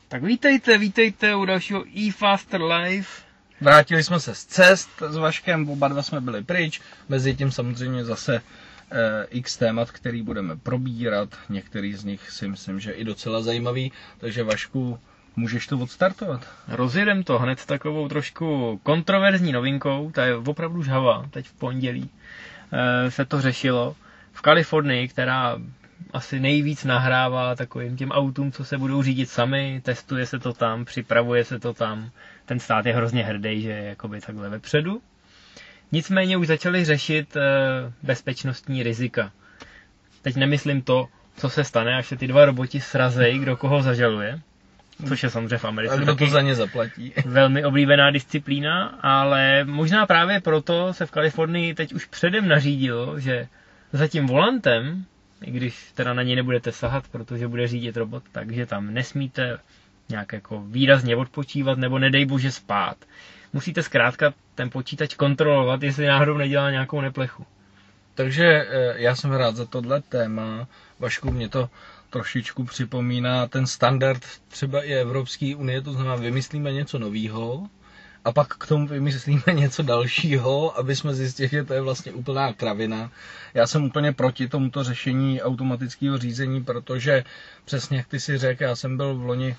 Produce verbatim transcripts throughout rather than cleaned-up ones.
Tak vítejte, vítejte u dalšího eFaster Live. Vrátili jsme se z cest s Vaškem, oba dva jsme byli pryč, mezi tím samozřejmě zase eh, x témat, který budeme probírat, některý z nich si myslím, že i docela zajímavý, takže Vašku, můžeš to odstartovat? Rozjedem to hned takovou trošku kontroverzní novinkou, ta je opravdu žhavá, teď v pondělí eh, se to řešilo. V Kalifornii, která asi nejvíc nahrává takovým těm autům, co se budou řídit sami, testuje se to tam, připravuje se to tam. Ten stát je hrozně hrdý, že je jakoby takhle vepředu. Nicméně už začali řešit e, bezpečnostní rizika. Teď nemyslím to, co se stane, až se ty dva roboti srazejí, kdo koho zažaluje. Což je samozřejmě v Americe. A kdo to za ně zaplatí? Velmi oblíbená disciplína, ale možná právě proto se v Kalifornii teď už předem nařídilo, že za tím volantem, i když teda na něj nebudete sahat, protože bude řídit robot, takže tam nesmíte nějak jako výrazně odpočívat nebo nedej bože spát. Musíte zkrátka ten počítač kontrolovat, jestli náhodou nedělá nějakou neplechu. Takže já jsem rád za tohle téma. Vašku, mě to trošičku připomíná ten standard třeba i Evropské unie, to znamená vymyslíme něco novýho a pak k tomu vymyslíme něco dalšího, aby jsme zjistili, že to je vlastně úplná kravina. Já jsem úplně proti tomuto řešení automatického řízení, protože přesně jak ty si řekl, já jsem byl v loni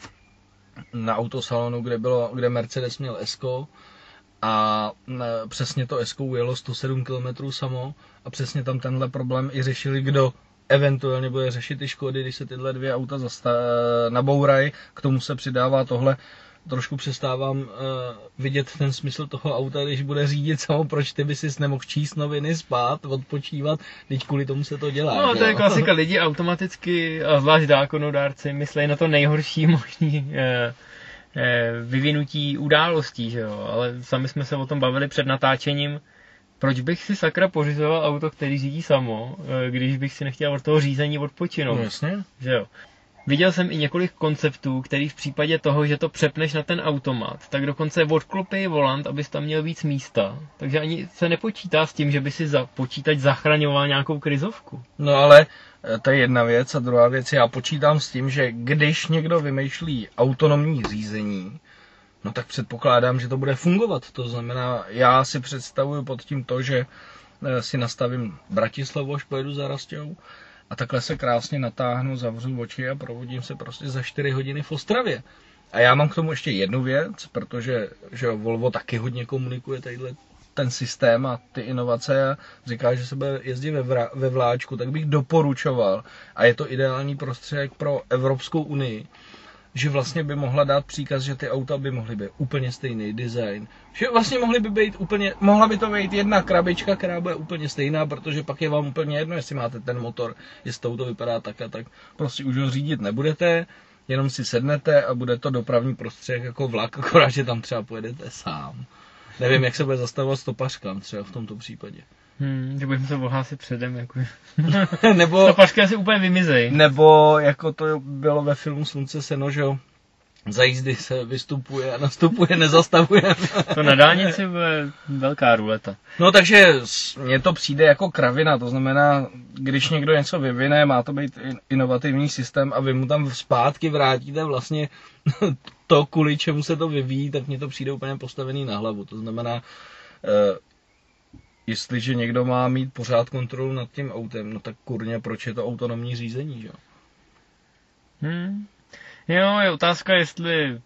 na autosalonu, kde, bylo, kde Mercedes měl S-ko a přesně to S-ko ujelo sto sedm kilometrů samo a přesně tam tenhle problém i řešili, kdo eventuálně bude řešit ty škody, když se tyhle dvě auta zasta- nabourají. K tomu se přidává tohle. Trošku přestávám uh, vidět ten smysl toho auta, když bude řídit samo, proč ty by si nemohl číst noviny, spát, odpočívat, teď kvůli tomu se to dělá. No, to je klasika, lidi automaticky, a zvlášť zákonodárci, myslí na to nejhorší možný eh, eh, vyvinutí událostí, že jo, ale sami jsme se o tom bavili před natáčením, proč bych si sakra pořizoval auto, který řídí samo, eh, když bych si nechtěl od toho řízení odpočinout. No jasně. Že jo. Viděl jsem i několik konceptů, který v případě toho, že to přepneš na ten automat, tak dokonce odklopí volant, abys tam měl víc místa. Takže ani se nepočítá s tím, že by si za počítač zachraňoval nějakou krizovku. No ale to je jedna věc a druhá věc, já počítám s tím, že když někdo vymýšlí autonomní řízení, no tak předpokládám, že to bude fungovat. To znamená, já si představuju pod tím to, že si nastavím Bratislavu, až pojedu za Rastějou, a takhle se krásně natáhnu, zavřu oči a provodím se prostě za čtyři hodiny v Ostravě. A já mám k tomu ještě jednu věc, protože že Volvo taky hodně komunikuje tadyhle ten systém a ty inovace a říká, že se bude jezdit ve, vra, ve vláčku, tak bych doporučoval, a je to ideální prostředek pro Evropskou unii, že vlastně by mohla dát příkaz, že ty auta by mohly být úplně stejný design. Že vlastně mohly by být úplně, mohla by to být jedna krabička, která bude úplně stejná, protože pak je vám úplně jedno, jestli máte ten motor, jestli to auto vypadá tak a tak. Prostě už ho řídit nebudete, jenom si sednete a bude to dopravní prostředek jako vlak, akorát, že tam třeba pojedete sám. Nevím, jak se bude zastavovat stopařkám třeba v tomto případě. Hmm, že budeme se ohlásit předem, jako... Nebo... Stopařky asi úplně vymizej. Nebo jako to bylo ve filmu Slunce seno, že jo? Za jízdy se vystupuje a nastupuje, nezastavuje. To na dálnici bude velká ruleta. No takže mně to přijde jako kravina, to znamená, když někdo něco vyvine, má to být inovativní systém a vy mu tam zpátky vrátíte vlastně to, kvůli čemu se to vyvíjí, tak mně to přijde úplně postavený na hlavu. To znamená, eh, jestliže někdo má mít pořád kontrolu nad tím autem, no tak kurně, proč je to autonomní řízení, že jo? Hmm. Jo, je otázka, jestli...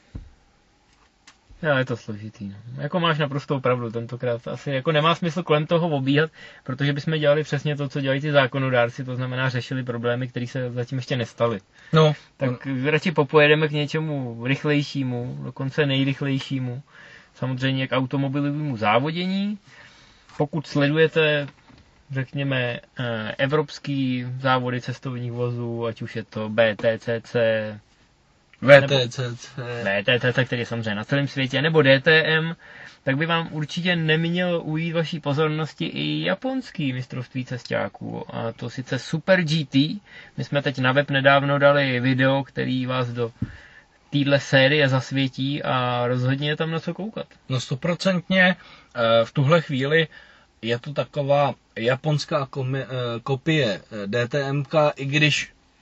Já, je to složitý. No. Jako máš naprostou pravdu tentokrát. Asi jako nemá smysl kolem toho obíhat, protože bychom dělali přesně to, co dělají ty zákonodárci, to znamená řešili problémy, které se zatím ještě nestaly. No. Tak on... radši popojedeme k něčemu rychlejšímu, dokonce nejrychlejšímu. Samozřejmě k automobilovému závodění. Pokud sledujete, řekněme, evropský závody cestovních vozů, ať už je to B T C C, V T C C, V T C C, který je samozřejmě na celém světě, nebo D T M, tak by vám určitě nemělo ujít vaší pozornosti i japonský mistrovství cestáků. A to sice Super G T. My jsme teď na web nedávno dali video, který vás do téhle série zasvětí a rozhodně je tam na co koukat. No stoprocentně v tuhle chvíli je to taková japonská komi- kopie D T M ka, i když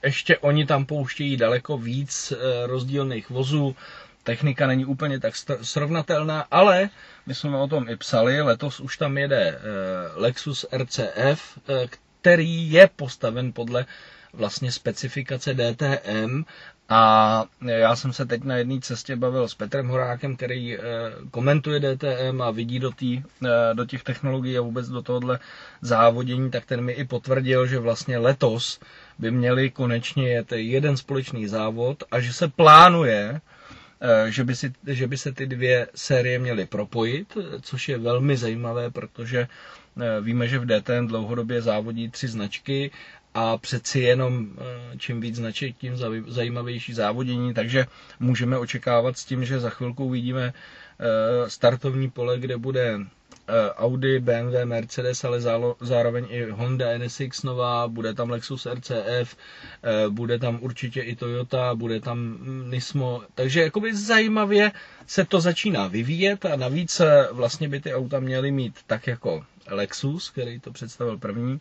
ještě oni tam pouštějí daleko víc rozdílných vozů. Technika není úplně tak srovnatelná, ale my jsme o tom i psali, letos už tam jede Lexus R C F, který je postaven podle vlastně specifikace D T M. A já jsem se teď na jedné cestě bavil s Petrem Horákem, který komentuje D T M a vidí do, tý, do těch technologií a vůbec do tohohle závodění, tak ten mi i potvrdil, že vlastně letos by měli konečně jet jeden společný závod a že se plánuje, že by, si, že by se ty dvě série měly propojit, což je velmi zajímavé, protože víme, že v D T M dlouhodobě závodí tři značky a přeci jenom čím víc značek, tím zajímavější závodění, takže můžeme očekávat s tím, že za chvilku uvidíme startovní pole, kde bude Audi, B M W, Mercedes, ale zároveň i Honda N S X nová, bude tam Lexus R C F, bude tam určitě i Toyota, bude tam Nismo, takže jakoby zajímavě se to začíná vyvíjet a navíc vlastně by ty auta měly mít tak jako Lexus, který to představil první,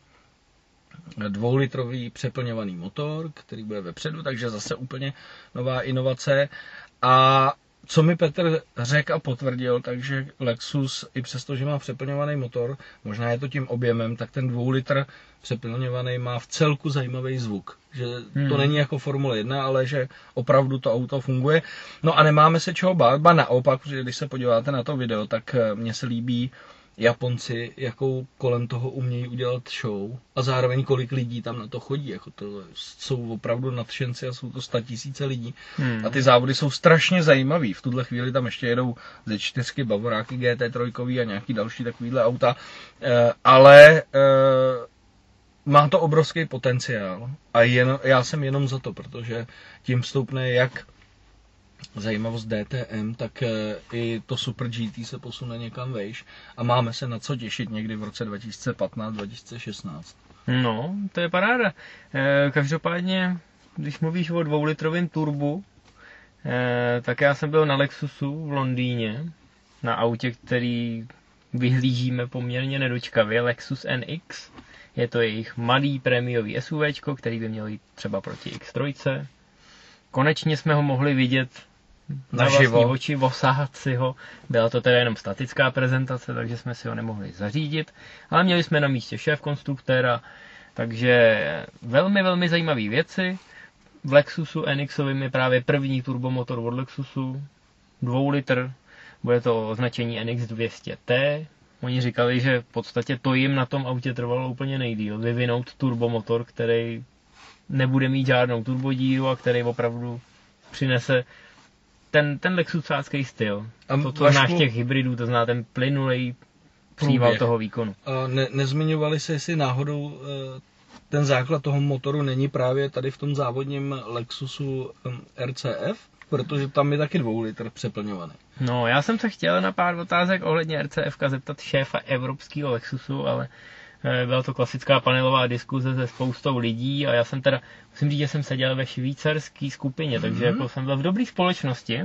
dvoulitrový přeplňovaný motor, který bude vepředu, takže zase úplně nová inovace. A co mi Petr řekl a potvrdil, takže Lexus, i přesto, že má přeplňovaný motor, možná je to tím objemem, tak ten dvoulitr přeplňovaný má v celku zajímavý zvuk. Že hmm. to není jako Formule jedna, ale že opravdu to auto funguje. No a nemáme se čeho bát, ba naopak, protože když se podíváte na to video, tak mně se líbí Japonci, jakou kolem toho umějí udělat show a zároveň kolik lidí tam na to chodí. Jako to jsou opravdu nadšenci a jsou to statisíce lidí. Hmm. A ty závody jsou strašně zajímavý. V tuhle chvíli tam ještě jedou ze čtyřky Bavoráky G T tři a nějaký další takovýhle auta. E, ale e, má to obrovský potenciál. A jen, já jsem jenom za to, protože tím vstoupne jak zajímavost D T M, tak i to Super G T se posune někam vejš a máme se na co těšit někdy v roce dva tisíce patnáct dva tisíce šestnáct. No, to je paráda. E, každopádně, když mluvíš o dvoulitrovém turbu, e, tak já jsem byl na Lexusu v Londýně, na autě, který vyhlížíme poměrně nedočkavě, Lexus N X. Je to jejich malý prémiový SUVčko, který by měl jít třeba proti X tři. Konečně jsme ho mohli vidět na vlastní oči, osahat si ho. Byla to teda jenom statická prezentace, takže jsme si ho nemohli zařídit, ale měli jsme na místě šéf konstruktéra, takže velmi, velmi zajímavé věci. V Lexusu N Xovým je právě první turbomotor od Lexusu, dvou litr, bude to označení N X dvě stě T. Oni říkali, že v podstatě to jim na tom autě trvalo úplně nejdýl, vyvinout turbomotor, který nebude mít žádnou turbodíru a který opravdu přinese ten, ten lexusácký styl. A to, co znáš těch hybridů, to zná ten plynulej příval toho výkonu. A ne, nezmiňovali se, jestli náhodou ten základ toho motoru není právě tady v tom závodním Lexusu R C F? Protože tam je taky dvou litr přeplňovaný. No, já jsem se chtěl na pár otázek ohledně R C F zeptat šéfa evropského Lexusu, ale byla to klasická panelová diskuze se spoustou lidí a já jsem teda, musím říct, že jsem seděl ve švýcarské skupině, mm-hmm. takže jako jsem byl v dobré společnosti.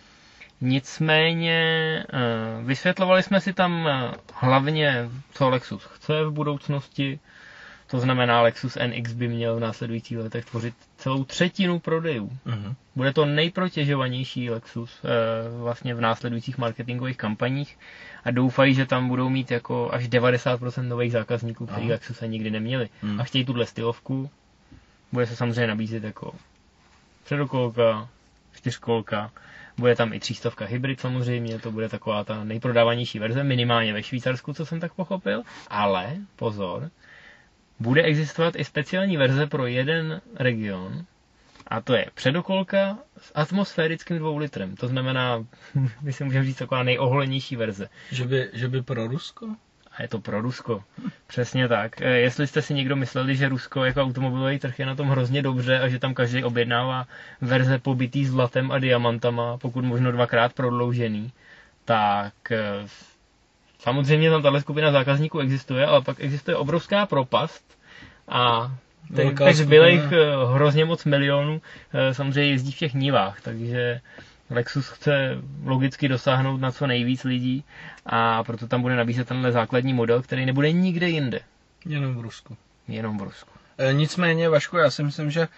Nicméně vysvětlovali jsme si tam hlavně, co Lexus chce v budoucnosti. To znamená, Lexus N X by měl v následujících letech tvořit celou třetinu prodejů. Mm-hmm. Bude to nejprotěžovanější Lexus vlastně v následujících marketingových kampaních a doufají, že tam budou mít jako až devadesát procent nových zákazníků, kteří Lexuse nikdy neměli. Mm. A chtějí tuhle stylovku. Bude se samozřejmě nabízet jako předokolka, čtyřkolka, bude tam i třístovka hybrid samozřejmě, to bude taková ta nejprodávanější verze, minimálně ve Švýcarsku, co jsem tak pochopil. Ale, pozor, bude existovat i speciální verze pro jeden region, a to je předokolka s atmosférickým dvou litrem. To znamená, my si můžeme říct, taková nejoholenější verze. Že by, že by pro Rusko? A je to pro Rusko. Přesně tak. Jestli jste si někdo mysleli, že Rusko jako automobilový trh je na tom hrozně dobře a že tam každý objednává verze pobytý zlatem a diamantama, pokud možno dvakrát prodloužený, tak samozřejmě tam tahle skupina zákazníků existuje, ale pak existuje obrovská propast a těch, těch zbylejch hrozně moc milionů samozřejmě jezdí v těch nivách, takže Lexus chce logicky dosáhnout na co nejvíc lidí a proto tam bude nabízet tenhle základní model, který nebude nikde jinde. Jenom v Rusku. Jenom v Rusku. E, nicméně, Vašku, já si myslím, že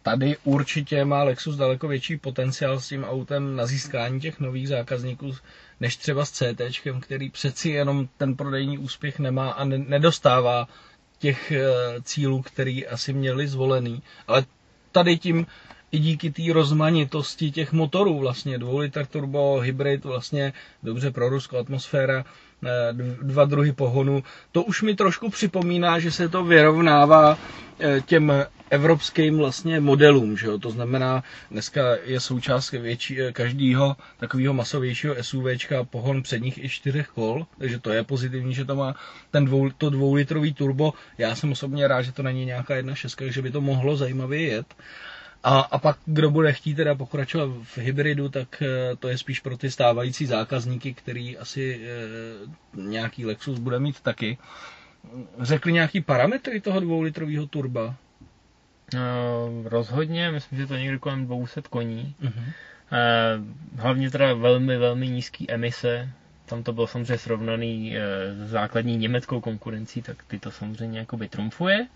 tady určitě má Lexus daleko větší potenciál s tím autem na získání těch nových zákazníků, než třeba s CTčkem, který přeci jenom ten prodejní úspěch nemá a ne- nedostává těch e, cílů, který asi měli zvolený. Ale tady tím i díky té rozmanitosti těch motorů, vlastně dvou litr turbo, hybrid, vlastně dobře pro ruskou atmosféra, dva druhy pohonu. To už mi trošku připomíná, že se to vyrovnává těm evropským vlastně modelům, že jo? To znamená, dneska je součást větší, každého takového masovějšího SUVčka pohon předních i čtyřech kol, takže to je pozitivní, že to má ten dvou, to dvoulitrový turbo. Já jsem osobně rád, že to není nějaká jedna šestka, že by to mohlo zajímavě jet. A, a pak, kdo bude chtít teda pokračovat v hybridu, tak to je spíš pro ty stávající zákazníky, který asi e, nějaký Lexus bude mít taky. Řekli nějaký parametry toho dvoulitrového turba? No, rozhodně, myslím, že to někde kolem dvě stě koní. Uh-huh. E, hlavně teda velmi, velmi nízký emise. Tam to bylo samozřejmě srovnaný e, s základní německou konkurencí, tak ty to samozřejmě jakoby trumfuje.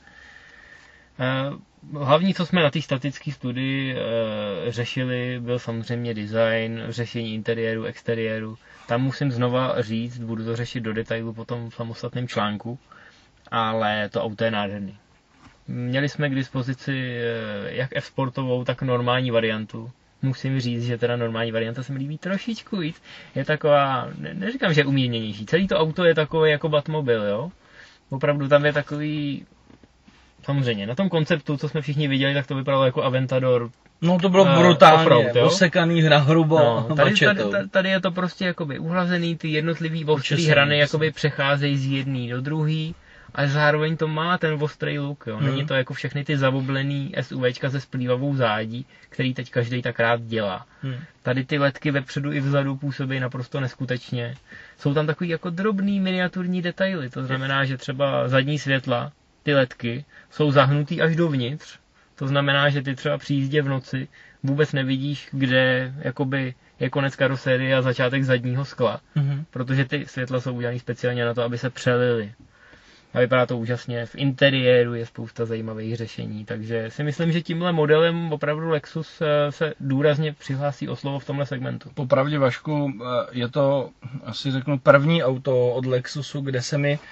Hlavní, co jsme na té statické studii e, řešili, byl samozřejmě design, řešení interiéru, exteriéru. Tam musím znova říct, budu to řešit do detailu potom v samostatném článku, ale to auto je nádherný. Měli jsme k dispozici e, jak F-sportovou, tak normální variantu. Musím říct, že teda normální varianta se mi líbí trošičku víc. Je taková, ne, neříkám, že umírněnější. Celý to auto je takové jako Batmobil, jo. Opravdu tam je takový... Samozřejmě, na tom konceptu, co jsme všichni viděli, tak to vypadalo jako Aventador. No to bylo brutálně, osekaný na hrubo. No, tady, tady, tady je to prostě jakoby uhlazený, ty jednotlivý ostrý hrany jakoby přecházejí z jedný do druhý, ale zároveň to má ten ostrý look, jo. Není hmm. to jako všechny ty zavoblený SUVčka se splývavou zádí, který teď každý tak rád dělá. Hmm. Tady ty ledky vepředu i vzadu působí naprosto neskutečně. Jsou tam takový jako drobný miniaturní detaily, to znamená, že třeba zadní světla, ty ledky jsou zahnutý až dovnitř. To znamená, že ty třeba při jízdě v noci vůbec nevidíš, kde jakoby je konec karosérie a začátek zadního skla. Mm-hmm. Protože ty světla jsou udělané speciálně na to, aby se přelily. A vypadá to úžasně. V interiéru je spousta zajímavých řešení. Takže si myslím, že tímhle modelem opravdu Lexus se důrazně přihlásí o slovo v tomhle segmentu. Popravdě, Vašku, je to asi řeknu první auto od Lexusu, kde se mi,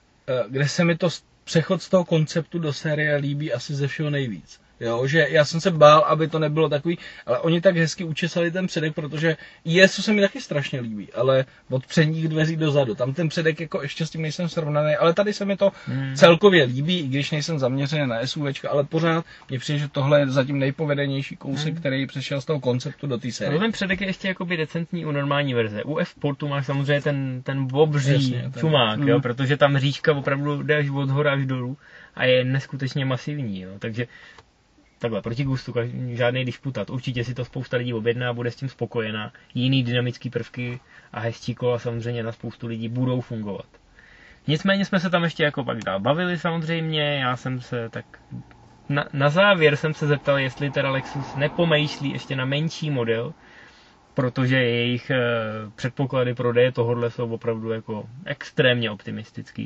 kde se mi to přechod z toho konceptu do série líbí asi ze všeho nejvíc. Jo, že já jsem se bál, aby to nebylo takový, ale oni tak hezky učesali ten předek, protože je, co se mi taky strašně líbí, ale od předních dveří dozadu, tam ten předek jako ještě s tím nejsem srovnaný, ale tady se mi to hmm. celkově líbí, i když nejsem zaměřený na SUVčka, ale pořád mě přijde, že tohle je zatím nejpovedenější kousek, hmm. který přešel z toho konceptu do té série. Ten předek je ještě jakoby decentní u normální verze. U F-Sportu máš samozřejmě ten, ten obří čumák, ten... jo, protože tam říčka opravdu jde až od hora až dolů a je neskutečně masivní, jo, takže takhle, proti gustu, žádný dišputat. Určitě si to spousta lidí objedná a bude s tím spokojená. Jiný dynamický prvky a hezčí kola samozřejmě na spoustu lidí budou fungovat. Nicméně jsme se tam ještě jako pak dál bavili samozřejmě. Já jsem se tak... Na, na závěr jsem se zeptal, jestli teda Lexus nepomýšlí ještě na menší model, protože jejich e, předpoklady prodeje tohohle jsou opravdu jako extrémně optimistický.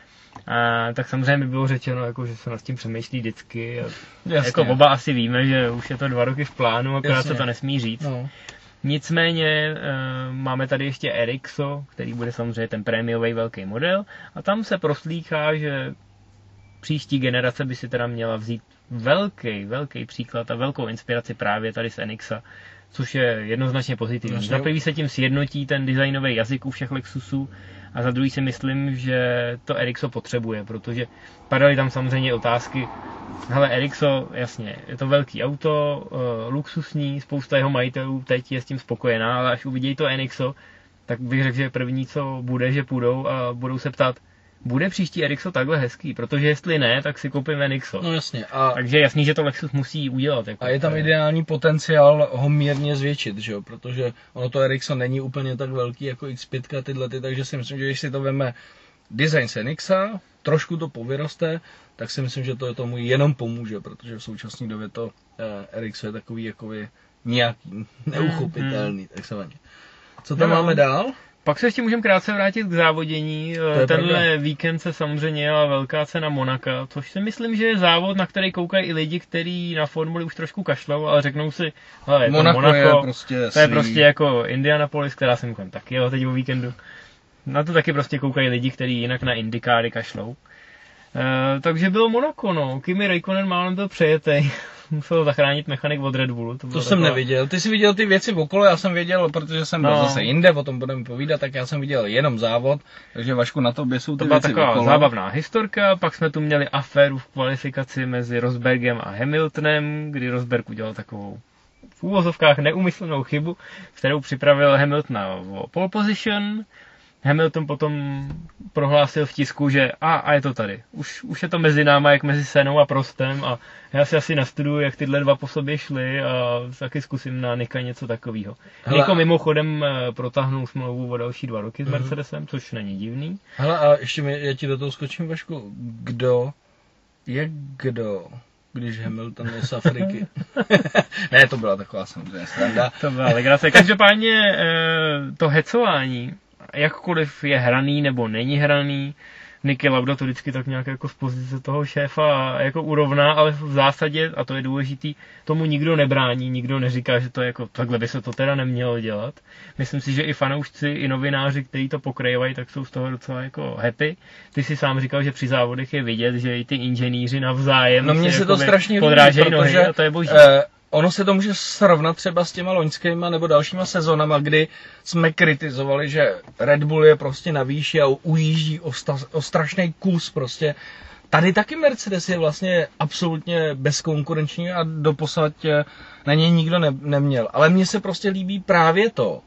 A tak samozřejmě mi bylo řečeno, jako, že se nad tím přemýšlí vždycky. Jako oba asi víme, že už je to dva roky v plánu, akorát Jasně. se to nesmí říct. No. Nicméně e, máme tady ještě Erixo, který bude samozřejmě ten prémiový velký model. A tam se proslýchá, že příští generace by si teda měla vzít velký, velký příklad a velkou inspiraci právě tady z Enixa, což je jednoznačně pozitivní. Za prvý se tím sjednotí ten designový jazyk u všech Lexusů a za druhý si myslím, že to Erixo potřebuje, protože padaly tam samozřejmě otázky. Hele, Erixo, jasně, je to velký auto, luxusní, spousta jeho majitelů teď je s tím spokojená, ale až uvidějí to Enixo, tak bych řekl, že první, co bude, že půjdou a budou se ptát, bude příští Erixo takhle hezký, protože jestli ne, tak si koupím Enixo. No jasně. A takže je jasný, že to Lexus musí udělat. Jako a je tam ideální potenciál ho mírně zvětšit, že jo? Protože ono to Erixo není úplně tak velký jako X pět tyhle ty, takže si myslím, že když si to veme design z Enixa, trošku to povyroste, tak si myslím, že to tomu jenom pomůže, protože v současné době to eh, Erixo je takový jakoby nějaký neuchopitelný, mm, mm. takzvaně. Co tam no, máme dál? Pak se ještě můžeme krátce vrátit k závodění. Tenhle pravda. Víkend se samozřejmě jela velká cena Monaka, což si myslím, že je závod, na který koukají i lidi, kteří na formuli už trošku kašlou, ale řeknou si, hele, je to Monako, Monako, je prostě to svý. je prostě jako Indianapolis, která jsem kolem taky jela teď o víkendu. Na to taky prostě koukají lidi, kteří jinak na Indykáry kašlou. E, takže bylo Monako, no. Kimi Räikkönen málem byl přejetej. Musel zachránit mechanik od Red Bullu. To, to jsem taková... neviděl. Ty jsi viděl ty věci okolo, já jsem věděl, protože jsem byl no. zase jinde, o tom budeme povídat, tak já jsem viděl jenom závod, takže Vašku, na tobě jsou ty to byla věci taková okolo. Zábavná historka, pak jsme tu měli aféru v kvalifikaci mezi Rosbergem a Hamiltonem, kdy Rosberg udělal takovou v úvozovkách neumyslnou chybu, kterou připravil Hamiltona o pole position. Hamilton potom prohlásil v tisku, že a, a je to tady. Už, už je to mezi náma, jak mezi Senou a Prostem a já si asi nastuduju, jak tyhle dva po sobě šly a taky zkusím na Nika něco takového. Niko mimochodem protáhnul smlouvu o další dva roky s Mercedesem, což není divný. Hele, a ještě mi, já ti do toho skočím, Vašku, kdo je kdo, když Hamilton je z Afriky? Ne, to byla taková samozřejmě sranda. To byla legrace. Každopádně to hecování, jakkoliv je hraný nebo není hraný, Niki Lauda to vždycky tak nějak jako z pozice toho šéfa jako urovná, ale v zásadě, a to je důležitý, tomu nikdo nebrání, nikdo neříká, že to jako, takhle by se to teda nemělo dělat. Myslím si, že i fanoušci, i novináři, kteří to pokrajovají, tak jsou z toho docela jako happy. Ty si sám říkal, že při závodech je vidět, že i ty inženýři navzájem no mně se to strašně podrážejí líbí, nohy protože, a to je boží. Eh, ono se to může srovnat třeba s těma loňskýma nebo dalšíma sezonama, kdy jsme kritizovali, že Red Bull je prostě na výši a ujíždí o, sta, o strašný kus prostě. Tady taky Mercedes je vlastně absolutně bezkonkurenční a doposud na něj nikdo ne, neměl. Ale mně se prostě líbí právě to,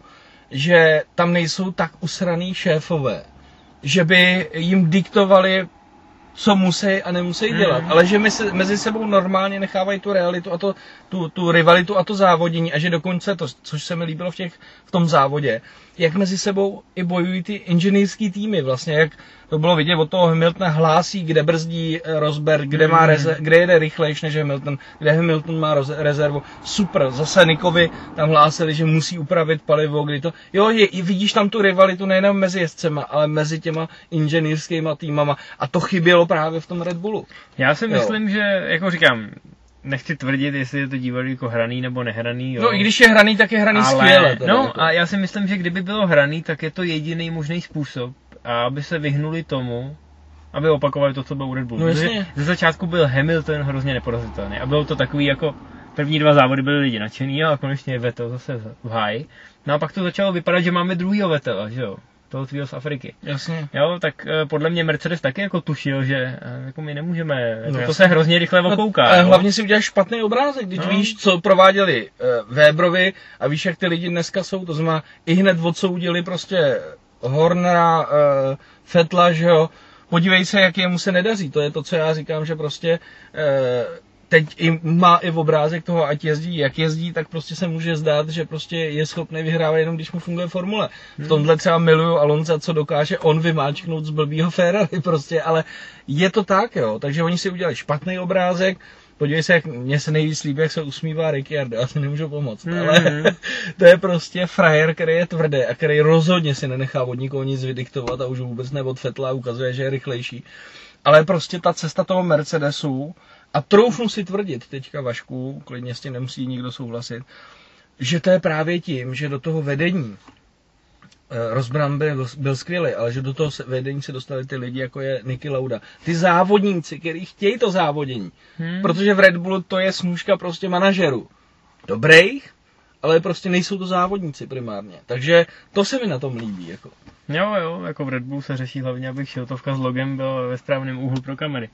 že tam nejsou tak usraný šéfové, že by jim diktovali, co musí a nemusí dělat, mm. ale že my se, mezi sebou normálně nechávají tu realitu a to, tu, tu rivalitu a to závodění a že dokonce to, což se mi líbilo v, těch, v tom závodě, jak mezi sebou i bojují ty inženýrský týmy, vlastně jak to bylo vidět od toho Hamiltona hlásí, kde brzdí Rosberg, kde, má reze, kde jede rychlejš než Hamilton, kde Hamilton má roz, rezervu, super, zase Nikovi tam hlásili, že musí upravit palivo, kdy to, jo, je, vidíš tam tu rivalitu nejen mezi jezdcema, ale mezi těma inženýrskýma týmama a to chybělo právě v tom Red Bullu. Já si myslím, jo. že, jako říkám, nechci tvrdit, jestli je to divadlo jako hraný nebo nehraný. Jo. No i když je hraný, tak je hraný ale, skvěle. Teda, no jako. A já si myslím, že kdyby bylo hraný, tak je to jediný možný způsob, aby se vyhnuli tomu, aby opakovali to, co bylo u Red Bullu. No, ze začátku byl Hamilton hrozně neporazitelný a bylo to takový jako první dva závody byly lidi nadšený a konečně je Vettel zase v háji. No a pak to začalo vypadat, že máme druhýho Vettela, že jo? Toho tvýho z Afriky. Jasně. Jo, tak uh, podle mě Mercedes taky jako tušil, že uh, jako my nemůžeme, no, to, to se hrozně rychle okouká. Ale hlavně si uděláš špatný obrázek, když no. víš, co prováděli uh, Weberovi a víš, jak ty lidi dneska jsou, to znamená i hned odsoudili prostě Hornera, uh, Vettela, že jo. Podívej se, jak jemu se nedaří, to je to, co já říkám, že prostě uh, teď i, má i v obrázek toho, ať jezdí, jak jezdí, tak prostě se může zdát, že prostě je schopný vyhrávat jenom, když mu funguje formule. V tomhle třeba miluju Alonsa, co dokáže on vymáčknout z blbýho Ferrari prostě, ale je to tak, jo. Takže oni si udělali špatný obrázek, podívej se, jak mně se nejvíc líbí, jak se usmívá Ricciardo, já si nemůžu pomoct, mm. ale to je prostě frajer, který je tvrdý a který rozhodně si nenechá od nikoho nic vydiktovat a už vůbec ne od Vettela a ukazuje, že je rychlejší. Ale prostě ta cesta toho Mercedesu, a troufnu si tvrdit teďka, Vašku, klidně s tím nemusí nikdo souhlasit, že to je právě tím, že do toho vedení, Rosberg byl, byl skvělý, ale že do toho vedení se dostali ty lidi, jako je Niki Lauda. Ty závodníci, kteří chtějí to závodění. Hmm. Protože v Red Bullu to je snůžka prostě manažerů. Dobrých, ale prostě nejsou to závodníci primárně. Takže to se mi na tom líbí. Jako. Jo, jo, jako v Red Bullu se řeší hlavně, abych šiltovka s logem byla ve správném úhlu pro kamery.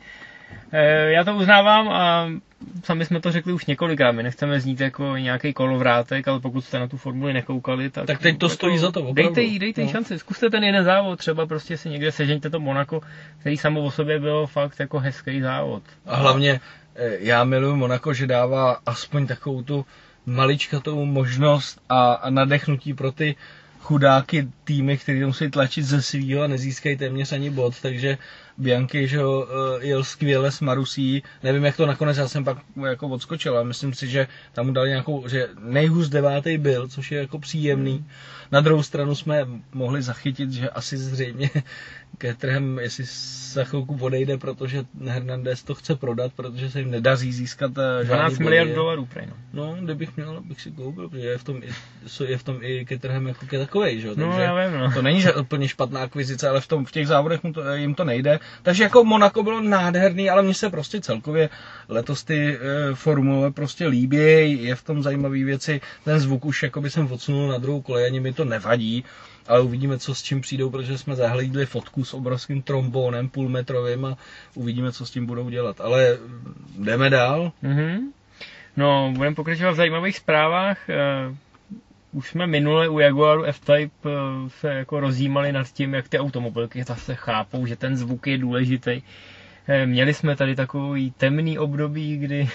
E, já to uznávám a sami jsme to řekli už několikrát, my nechceme znít jako nějaký kolovrátek, ale pokud jste na tu formuli nekoukali, tak... Tak teď to jako, stojí za to, opravdu. Dejte jí, dejte jí no. šanci, zkuste ten jeden závod, třeba prostě si někde sežeňte to Monako, který samo o sobě bylo fakt jako hezký závod. A hlavně já miluji Monako, že dává aspoň takovou tu maličkatou možnost a, a nadechnutí pro ty chudáky týmy, který musí tlačit ze svýho a nezískají téměř ani bod, takže Bianchi, že jo, jel skvěle s Marusí, nevím jak to nakonec, já jsem pak jako odskočil, ale myslím si, že tam mu dali nějakou, že nejhůř devátý byl, což je jako příjemný. Na druhou stranu jsme mohli zachytit, že asi zřejmě Caterham, jestli za chvilku odejde, protože Hernandez to chce prodat, protože se jim nedaří získat žádný dvanáct miliard dolarů, prej, no. No, kdybych měl, bych si koupil, protože je v tom i, je v tom i Caterham jako takovej, že jo, no, takže já vím, no. To není že úplně špatná akvizice, ale v, tom, v těch závodech mu to, jim to nejde. Takže jako Monaco bylo nádherný, ale mně se prostě celkově letos ty e, formule prostě líbí, je v tom zajímavé věci, ten zvuk už jakoby jsem odsunul na druhou kolej, ani mi to nevadí, ale uvidíme, co s čím přijdou, protože jsme zahlídli fotku s obrovským trombónem půlmetrovým a uvidíme, co s tím budou dělat. Ale jdeme dál. Mm-hmm. No, budeme pokračovat v zajímavých zprávách. Uh, už jsme minule u Jaguaru F-Type uh, se jako rozjímali nad tím, jak ty automobilky zase chápou, že ten zvuk je důležitý. Uh, měli jsme tady takový temný období, kdy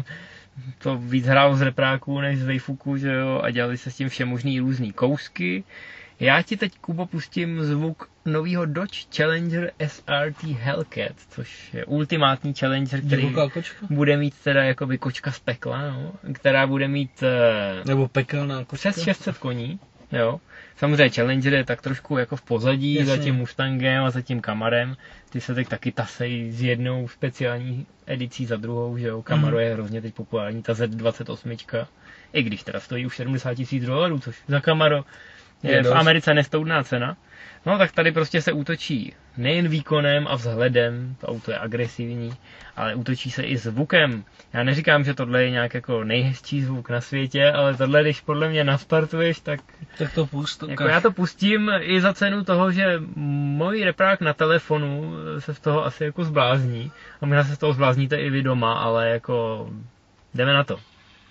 to víc hrálo z repráků než z Vejfuku, že jo, a dělali se s tím všemožný různý kousky. Já ti teď, Kubo, pustím zvuk novýho Dodge Challenger S R T Hellcat, což je ultimátní Challenger, který bude mít teda jakoby kočka z pekla, no, která bude mít nebo pekelná kočka. Přes šest set koní, jo. Samozřejmě Challenger je tak trošku jako v pozadí, Jasně. za tím Mustangem a za tím Camarem. Ty se teď taky tasejí s jednou speciální edicí za druhou, že jo. Camaro mm. je hrozně teď populární, ta Z dvacet osm, i když teda stojí už sedmdesát tisíc dolarů, což za Camaro je v Americe nestoudná cena. No tak tady prostě se útočí nejen výkonem a vzhledem, to auto je agresivní, ale útočí se i zvukem. Já neříkám, že tohle je nějak jako nejhezčí zvuk na světě, ale tohle, když podle mě nastartuješ, tak, tak to pust, jako já to pustím i za cenu toho, že můj reprák na telefonu se z toho asi jako zblázní. A možná se z toho zblázníte i vy doma, ale jako jdeme na to.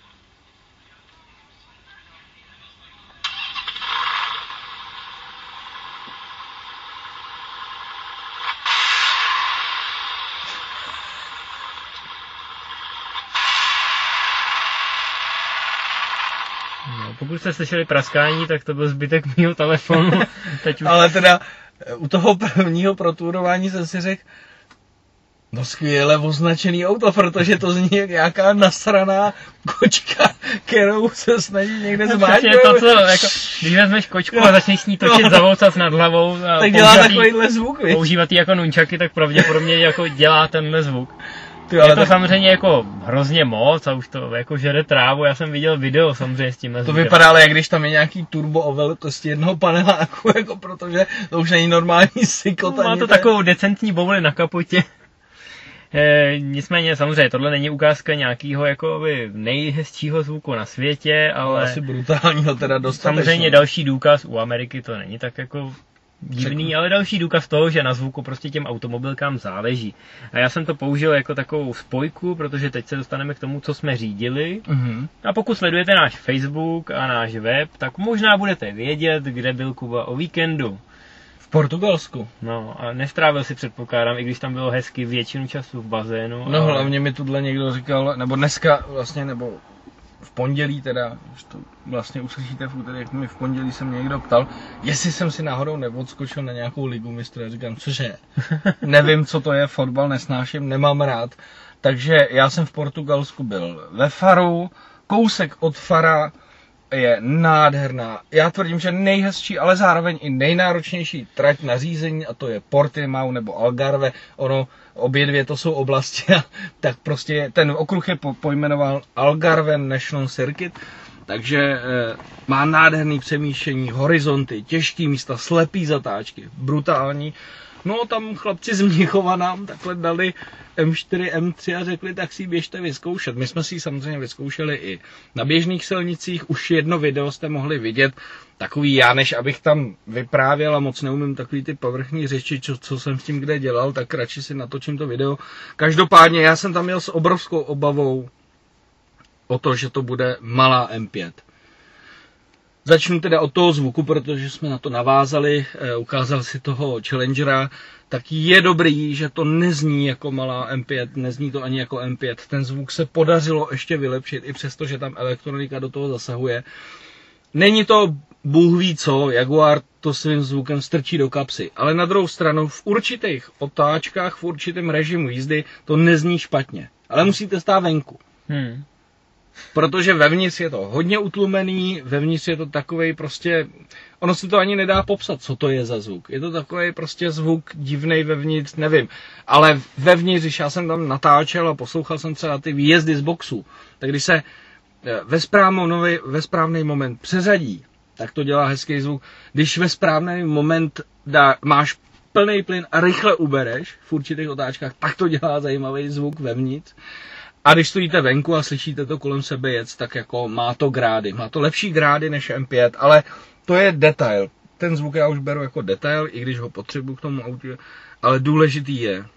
Pokud jste slyšeli praskání, tak to byl zbytek mýho telefonu. Teď už... Ale teda u toho prvního proturování jsem si řekl, no skvěle označený auto, protože to zní jak nějaká nasraná kočka, kterou se snaží někde zmáčknout. To, co, jako, když vezmeš kočku a začneš s ní točit za vousat nad hlavou a tak dělá takovýhle zvuk, víš? Používat jí jako nunčaky, tak pravděpodobně jako dělá tenhle zvuk. Ty, ale je to tak... samozřejmě jako hrozně moc a už to jako žere trávu, já jsem viděl video samozřejmě s tímhle To zvukem. Vypadá, ale jak když tam je nějaký turbo o velikosti jednoho paneláku, jako protože to už není normální sykot. No, má to takovou decentní bouli na kapotě. E, nicméně samozřejmě tohle není ukázka nějakého jakoby nejhezčího zvuku na světě, ale... No, asi brutálního teda dostatečně. Samozřejmě další důkaz, u Ameriky to není tak jako... divný, ale další důkaz toho, že na zvuku prostě těm automobilkám záleží. A já jsem to použil jako takovou spojku, protože teď se dostaneme k tomu, co jsme řídili. Mm-hmm. A pokud sledujete náš Facebook a náš web, tak možná budete vědět, kde byl Kuba o víkendu. V Portugalsku. No a nestrávil si, předpokládám, i když tam bylo hezky většinu času v bazénu. No ale... hlavně mi tuhle někdo říkal, nebo dneska vlastně, nebo v pondělí teda, už to vlastně uslyšíte v úterý, jak mi v pondělí se mě někdo ptal, jestli jsem si náhodou neodskočil na nějakou ligu mistra. Já říkám, cože, nevím, co to je, fotbal nesnáším, nemám rád. Takže já jsem v Portugalsku byl ve Faru, kousek od Fara je nádherná. Já tvrdím, že nejhezčí, ale zároveň i nejnáročnější trať na řízení, a to je Portimao nebo Algarve. Ono, obě dvě to jsou oblasti, tak prostě ten okruh je pojmenoval Algarve National Circuit. Takže e, má nádherný přemýšlení, horizonty, těžký místa, slepý zatáčky, brutální. No tam chlapci z Mnichova nám takhle dali M čtyři, M tři a řekli, tak si ji běžte vyzkoušet. My jsme si ji samozřejmě vyzkoušeli i na běžných silnicích, už jedno video jste mohli vidět, takový já, než abych tam vyprávěl a moc neumím takový ty povrchní řeči, co, co jsem s tím kde dělal, tak radši si natočím to video. Každopádně já jsem tam měl s obrovskou obavou o to, že to bude malá M pět. Začnu teda od toho zvuku, protože jsme na to navázali, e, ukázal si toho Challengera, tak je dobrý, že to nezní jako malá M pět, nezní to ani jako M pět. Ten zvuk se podařilo ještě vylepšit, i přesto, že tam elektronika do toho zasahuje. Není to Bůh ví co, Jaguar to svým zvukem strčí do kapsy. Ale na druhou stranu v určitých otáčkách, v určitém režimu jízdy to nezní špatně. Ale musíte stát venku. Hmm. Protože vevnitř je to hodně utlumený, vevnitř je to takovej prostě, ono se to ani nedá popsat, co to je za zvuk. Je to takovej prostě zvuk divnej vevnitř, nevím. Ale vevnitř, když já jsem tam natáčel a poslouchal jsem třeba ty výjezdy z boxu, tak když se ve správný, ve správný moment přeřadí, tak to dělá hezký zvuk. Když ve správný moment dá, máš plný plyn a rychle ubereš v určitých otáčkách, tak to dělá zajímavý zvuk vevnitř. A když stojíte venku a slyšíte to kolem sebe jet, tak jako má to grády. Má to lepší grády než M pět, ale to je detail. Ten zvuk já už beru jako detail, i když ho potřebuji k tomu autě. Ale důležitý je,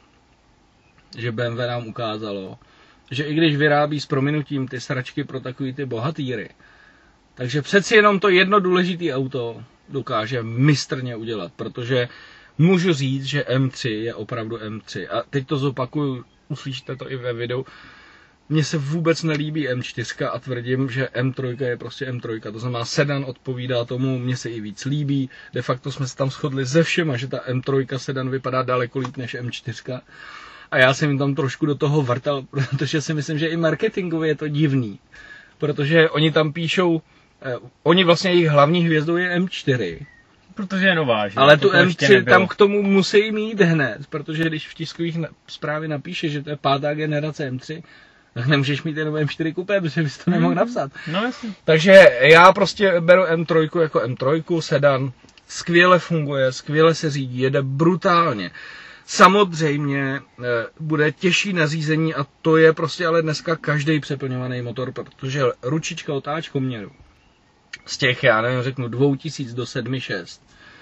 že B M W nám ukázalo, že i když vyrábí s prominutím ty sračky pro takový ty bohatýry, takže přeci jenom to jedno důležitý auto dokáže mistrně udělat, protože můžu říct, že M tři je opravdu M tři. A teď to zopakuju, uslyšíte to i ve videu. Mně se vůbec nelíbí M čtyři a tvrdím, že M tři je prostě M tři. To znamená, sedan odpovídá tomu, mně se i víc líbí. De facto jsme se tam shodli se všema, že ta M tři sedan vypadá daleko líp než M čtyři. A já jsem jim tam trošku do toho vrtal, protože si myslím, že i marketingově je to divný. Protože oni tam píšou, eh, oni vlastně jejich hlavní hvězdou je M čtyři. Protože je nová, že? Ale tu M tři tam k tomu musí mít hned, protože když v tiskových zprávě napíše, že to je pátá generace M tři, tak nemůžeš mít jenom M čtyři kupé, protože bys to nemohl napsat. No jasně. Takže já prostě beru M tři jako M tři, sedan, skvěle funguje, skvěle se řídí, jede brutálně. Samozřejmě bude těžší na řízení a to je prostě ale dneska každý přeplňovaný motor, protože ručička otáčkoměru z těch, já nevím, řeknu dvou tisíc do sedm šest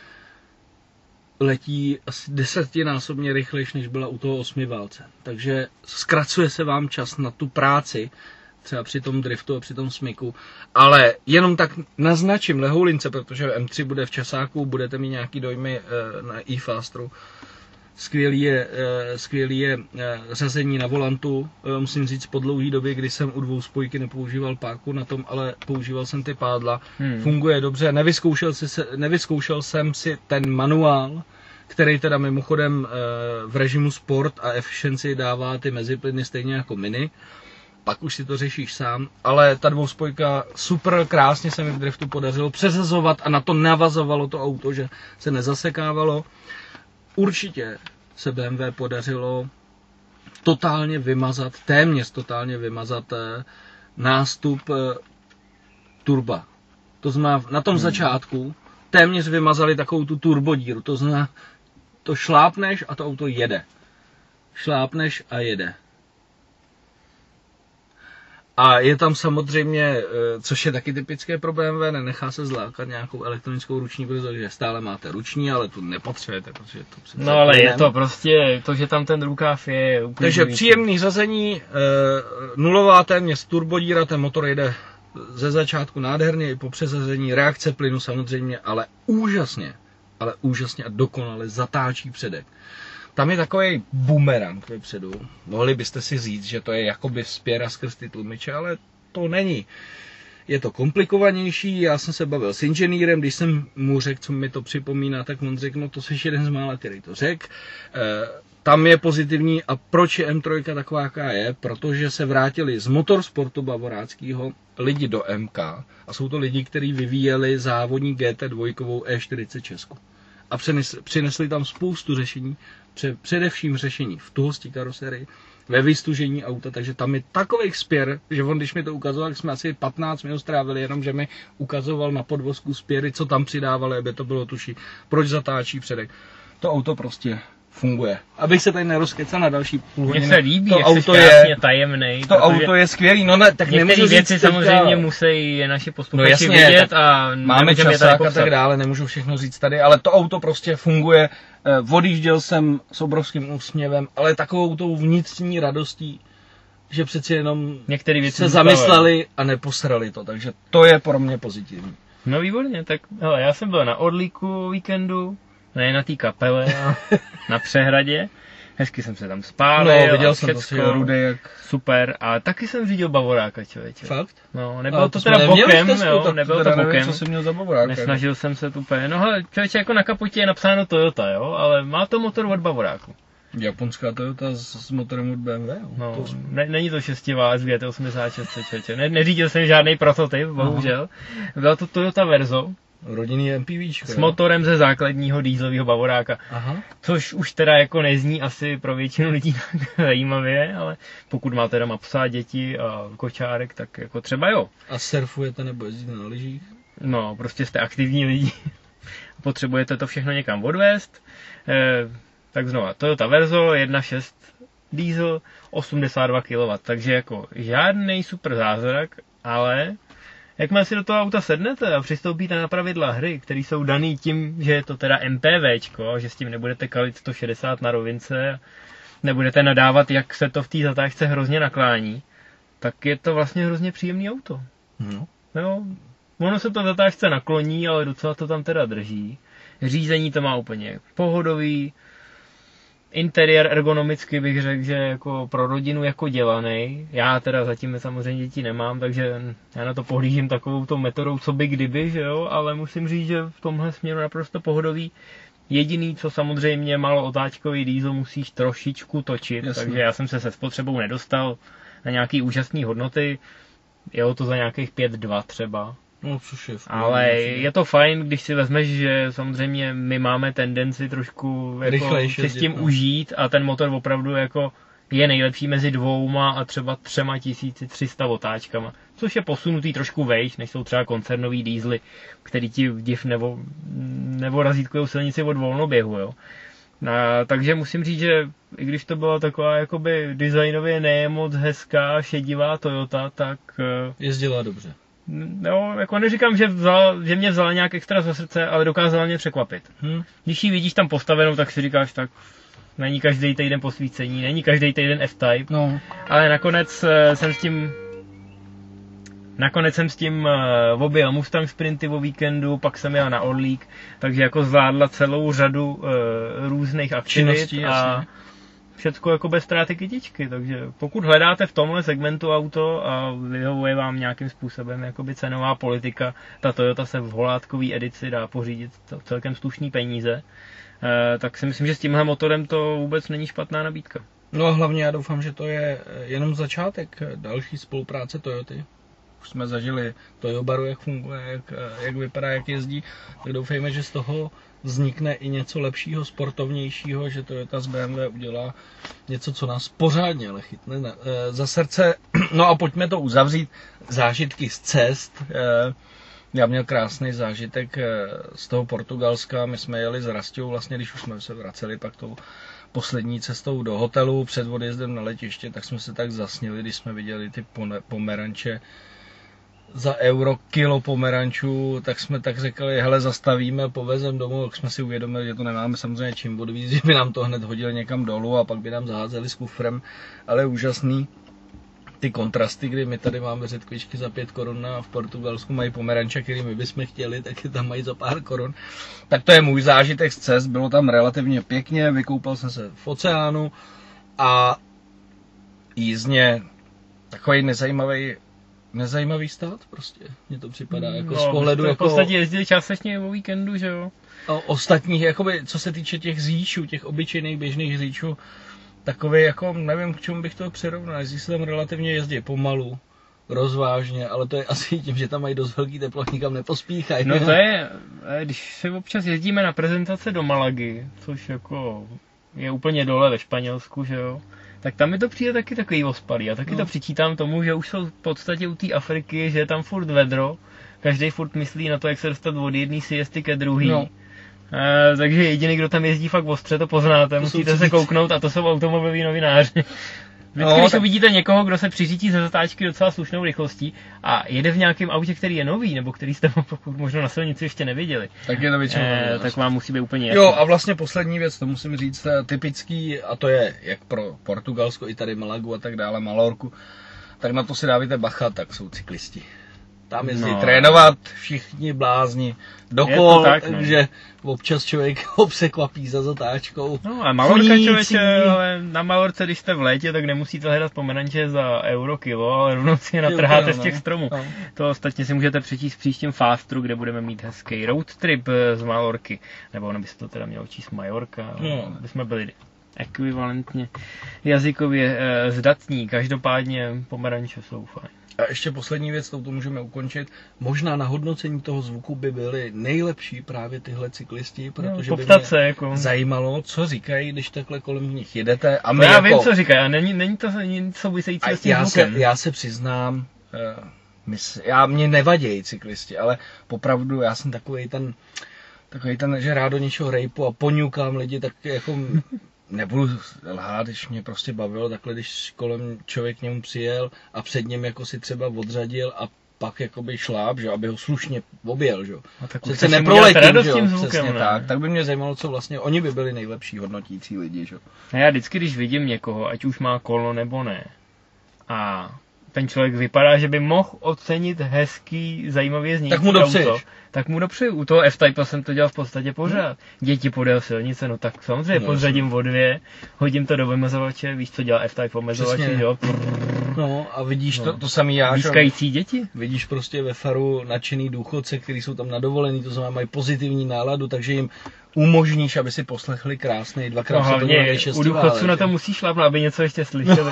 letí asi desetinásobně rychlejš, než byla u toho osmiválce. Takže zkracuje se vám čas na tu práci, třeba při tom driftu a při tom smyku, ale jenom tak naznačím lehoulince, protože M tři bude v časáku, budete mít nějaký dojmy na e-Fasteru. Skvělý je, skvělý je řazení na volantu, musím říct po dlouhé době, kdy jsem u dvou spojky nepoužíval páku na tom, ale používal jsem ty pádla, hmm. funguje dobře, nevyzkoušel, si, nevyzkoušel jsem si ten manuál, který teda mimochodem v režimu Sport a Efficiency dává ty meziplyny stejně jako Mini, pak už si to řešíš sám, ale ta dvouspojka super, krásně se mi v driftu podařilo přesazovat a na to navazovalo to auto, že se nezasekávalo. Určitě se B M W podařilo totálně vymazat, téměř totálně vymazat nástup turba. To znamená, na tom hmm. začátku téměř vymazali takovou tu turbodíru. To znamená, to šlápneš a to auto jede. Šlápneš a jede. A je tam samozřejmě, což je taky typické pro B M W, nenechá se zlákat nějakou elektronickou ruční, protože stále máte ruční, ale tu nepotřebujete, protože to přece... No ale je to prostě, to, že tam ten rukáv je úplně... Takže příjemný řazení, nulová téměř turbodíra, ten motor jede ze začátku nádherně i po přesazení, reakce plynu samozřejmě, ale úžasně, ale úžasně a dokonale zatáčí předek. Tam je takový bumerang vepředu. Mohli byste si říct, že to je jakoby vzpěra skrz ty tlumiče, ale to není. Je to komplikovanější, já jsem se bavil s inženýrem, když jsem mu řekl, co mi to připomíná, tak on řekl, no to jsi jeden z mála, který to řekl. E, tam je pozitivní a proč je M tři taková, jaká je, protože se vrátili z motorsportu bavoráckého lidi do M K a jsou to lidi, kteří vyvíjeli závodní G T dva E čtyřicet Česku. A přinesli, přinesli tam spoustu řešení, především řešení v tuhosti karoserii, ve vystužení auta, takže tam je takový spěr, že on, když mi to ukazoval, jsme asi patnáct minut strávili, jenom že mi ukazoval na podvozku spěry, co tam přidávali, aby to bylo tuší, proč zatáčí předek. To auto prostě funguje. Abych se tady nerozkecal na další půl hodiny. Mně se líbí, to jak auto jsi krásně tajemnej. To auto je skvělý, no ne, tak nemůžu některé věci říct, samozřejmě teďka... musí naši no posluchači jasně, vidět a máme časák a tak dále, nemůžu všechno říct tady, ale to auto prostě funguje. Odjížděl jsem s obrovským úsměvem, ale takovou tou vnitřní radostí, že přeci jenom některé věci se zamysleli a neposrali to, takže to je pro mě pozitivní. No výborně, tak hele, já jsem byl na Orlíku víkendu, ne na té kapele, a na Přehradě. hezky jsem se tam spálil. No, viděl jsem to si rudy, jak... Super, a taky jsem řídil bavoráka, člověče. Fakt? No, nebylo to, to teda bokem, testu, jo, nebylo to bokem. Nevím, co jsi měl za bavoráka. Nesnažil jsem se tu úplně, no hele, člověče, jako na kapotě je napsáno Toyota, jo, ale má to motor od bavoráku. Japonská Toyota s, s motorem od B M W. No, to... ne, není to šestivá G T osmdesát šest, člověče. Ne, neřídil jsem žádný prototyp, bohužel. Byla to Toyota Verzo. Rodinný MPVčko. S motorem ze základního dieselového bavoráka. Aha. Což už teda jako nezní asi pro většinu lidí tak zajímavě, ale pokud máte doma psa, děti a kočárek, tak jako třeba jo. A surfujete nebo jezdíte na lyžích? No, prostě jste aktivní lidi. Potřebujete to všechno někam odvést. Eh, tak znova, Toyota Verzo jedna celá šest diesel, osmdesát dva kilowattů, takže jako žádný super zázrak, ale jakmile si do toho auta sednete a přistoupíte na pravidla hry, které jsou daný tím, že je to teda MPVčko, že s tím nebudete kalit sto šedesát na rovince, nebudete nadávat, jak se to v té zatáčce hrozně naklání, tak je to vlastně hrozně příjemný auto. No. Jo, ono se to v zatáčce nakloní, ale docela to tam teda drží. Řízení to má úplně pohodový. Interiér ergonomicky bych řekl, že jako pro rodinu jako dělaný. Já teda zatím samozřejmě děti nemám, takže já na to pohlížím takovou tou metodou, co by kdyby, že jo, ale musím říct, že v tomhle směru naprosto pohodový. Jediný, co samozřejmě malo otáčkový diesel, musíš trošičku točit, jasně. Takže já jsem se se spotřebou nedostal na nějaký úžasný hodnoty. Jelo to za nějakých pět dva třeba. No, což je ale je to fajn, když si vezmeš, že samozřejmě my máme tendenci trošku jako si s tím no. užít a ten motor opravdu jako je nejlepší mezi dvouma a třeba třema tisíci tři sta otáčkama, což je posunutý trošku vejš, než jsou třeba koncernový diesely, který ti div nebo, nebo razítkujou silnici od volnoběhu, jo. A, takže musím říct, že i když to byla taková jakoby designově ne moc hezká šedivá Toyota, tak jezdila dobře. Jo, jako neříkám, že, vzala, že mě vzala nějak extra za srdce, ale dokázala mě překvapit. Hmm. Když ji vidíš tam postavenou, tak si říkáš, tak není každý týden posvícení, není každý týden F-Type, no. Ale nakonec jsem s tím nakonec jsem s tím uh, objel Mustang Sprinty o víkendu, pak jsem jel na Orlík, takže jako zvládla celou řadu uh, různých aktivit Činností, a všecko jako bez ztráty kytičky, takže pokud hledáte v tomhle segmentu auto a vyhovuje vám nějakým způsobem jakoby cenová politika, ta Toyota se v holátkové edici dá pořídit celkem slušný peníze, eh, tak si myslím, že s tímhle motorem to vůbec není špatná nabídka. No a hlavně já doufám, že to je jenom začátek další spolupráce Toyoty. Už jsme zažili Toyobaru, jak funguje, jak, jak vypadá, jak jezdí, tak doufejme, že z toho vznikne i něco lepšího, sportovnějšího, že Toyota z B M W udělá něco, co nás pořádně ale chytne na, e, za srdce. No a pojďme to uzavřít. Zážitky z cest. E, já měl krásný zážitek e, z toho Portugalska. My jsme jeli s Rastou, vlastně, když už jsme se vraceli pak tou poslední cestou do hotelu před odjezdem na letiště, tak jsme se tak zasnili, když jsme viděli ty pomeranče za euro kilo pomerančů, tak jsme tak řekli, hele, zastavíme, povezem domů, tak jsme si uvědomili, že to nemáme samozřejmě čím odvízt, že by nám to hned hodili někam dolů a pak by nám zaházeli s kufrem, ale úžasný ty kontrasty, kdy my tady máme řetkvičky za pět korun a v Portugalsku mají pomeranče, který my bychom chtěli, tak je tam mají za pár korun. Tak to je můj zážitek z cest, bylo tam relativně pěkně, vykoupal jsem se v oceánu a jízdně takový nezajímavý Nezajímavý stát prostě, mně to připadá, jako no, z pohledu jako... jako... v podstatě jezdili částečně o víkendu, že jo? Ostatních, jakoby, co se týče těch řidičů, těch obyčejných běžných řidičů, takový jako, nevím, k čemu bych to přirovnal, jezdí se tam relativně jezdí pomalu, rozvážně, ale to je asi tím, že tam mají dost velký teplo, nikam nepospíchají. No to je, když se občas jezdíme na prezentace do Malagy, což jako je úplně dole ve Španělsku, že jo? Tak tam mi to přijde taky takový ospalý. A taky no. to přičítám tomu, že už jsou v podstatě u té Afriky, že je tam furt vedro. Každý furt myslí na to, jak se dostat od jedné siesty ke druhý. No. E, takže jediný, kdo tam jezdí fakt ostře, to poznáte. To musíte se kouknout a to jsou automobiloví novináři. Vždycky, no, když tak... uvidíte někoho, kdo se přiřítí ze zatáčky docela slušnou rychlostí a jede v nějakém autě, který je nový, nebo který jste pokud možno na silnici ještě neviděli, tak, je to většinou eh, tak vám musí být úplně jasný. Jo, a vlastně poslední věc, to musím říct, typický, a to je jak pro Portugalsko, i tady Malagu a tak dále, Malorku, tak na to si dávajte bacha, tak jsou cyklisti. tam jezdí No. trénovat, všichni blázni dokol, tak, no. takže občas člověk obsekvapí za zatáčkou. No a Malorka, Fnící. člověče, ale na Malorce, když jste v létě, tak nemusíte hledat pomeranče za euro kilo, ale rovnou si je natrháte z těch no. stromů. No. To ostatně si můžete přečíst v příštím Fastru, kde budeme mít hezký road trip z Malorky. Nebo ono by se to teda mělo číst Majorka, No. aby jsme byli ekvivalentně jazykově eh, zdatní. Každopádně pomeranče jsou fajn. A ještě poslední věc, touto můžeme ukončit. Možná na hodnocení toho zvuku by byli nejlepší právě tyhle cyklisti, protože no, by poptat mě se, jako. zajímalo, co říkají, když takhle kolem nich jedete. A No my já jako... vím, co říkají, a není, není to nic související s tím já se, zvukem. já se přiznám, uh, mys, já, mě nevadějí cyklisti, ale popravdu já jsem takovej ten, takovej ten, že rád do něčeho rejpu a poňukám lidi, tak jako nebudu lhát, když mě prostě bavilo takhle, když kolem člověk k němu přijel a před ním jako si třeba odřadil a pak jakoby šláp, že, aby ho slušně objel, že. A tak Přece neproletím, že jo, zvukem, přesně ne? tak. Tak by mě zajímalo, co vlastně oni by byli nejlepší hodnotící lidi, že. A já vždycky, když vidím někoho, ať už má kolo nebo ne, a ten člověk vypadá, že by mohl ocenit hezký, zajímavě znějící Tak mu dopřeješ. auto, tak mu dopřeju. U toho F-Type jsem to dělal v podstatě pořád. Děti podél silnice, no tak samozřejmě No, podřadím o dvě, hodím to do vymezovače, víš, co dělá F-Type omezovači, Přesně. jo? No a vidíš No. to, to samý já, že. Výskající děti. Vidíš prostě ve faru nadšený důchodce, kteří jsou tam na dovolený, to znamená mají pozitivní náladu, takže jim umožníš, aby si poslechli krásný dvakrát No se to hlavně volali u šestivále, důchodců na že? to musí šlápnout, aby něco ještě slyšeli.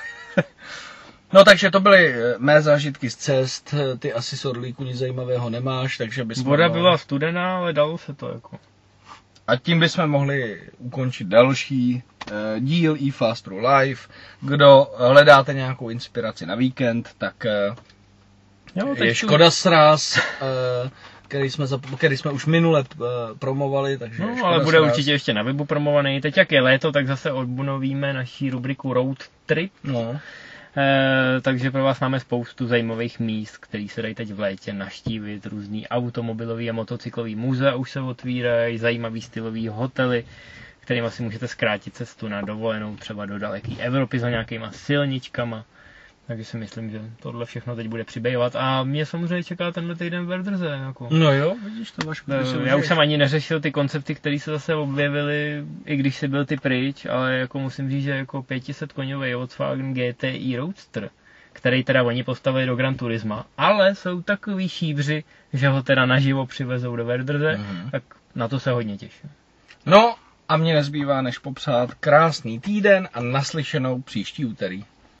No takže to byly eh, mé zážitky z cest, ty asi z Orlíku nic zajímavého nemáš, takže bychom... Voda byla studená, ale dalo se to jako. A tím bychom mohli ukončit další eh, díl eFastru Live. Kdo hledáte nějakou inspiraci na víkend, tak eh, Jo, je teď Škoda Sraz, eh, který jsme, zap- který jsme už minule eh, promovali, takže No, Škoda ale bude Sraz. určitě ještě na webu promovaný. Teď jak je léto, tak zase obnovíme naší rubriku Road Trip. No. E, takže pro vás máme spoustu zajímavých míst, které se dají teď v létě naštívit. Různý automobilový a motocyklový muzea už se otvírají, zajímavý stylový hotely, kterým asi můžete zkrátit cestu na dovolenou třeba do daleký Evropy za nějakýma silničkama. Takže si myslím, že tohle všechno teď bude přibývat. A mě samozřejmě čeká tenhle týden v Verdrze. Jako. No jo, vidíš to, Vašku, ty se Já užiješ. už jsem ani neřešil ty koncepty, které se zase objevily, i když si byl ty pryč, ale jako musím říct, že jako pět set koňový Volkswagen G T I Roadster, který teda oni postavili do Gran Turisma, ale jsou takový šíbři, že ho teda naživo přivezou do Verdrze, Mhm. tak na to se hodně těším. No a mě nezbývá než popřát krásný týden a naslyšenou příští úterý.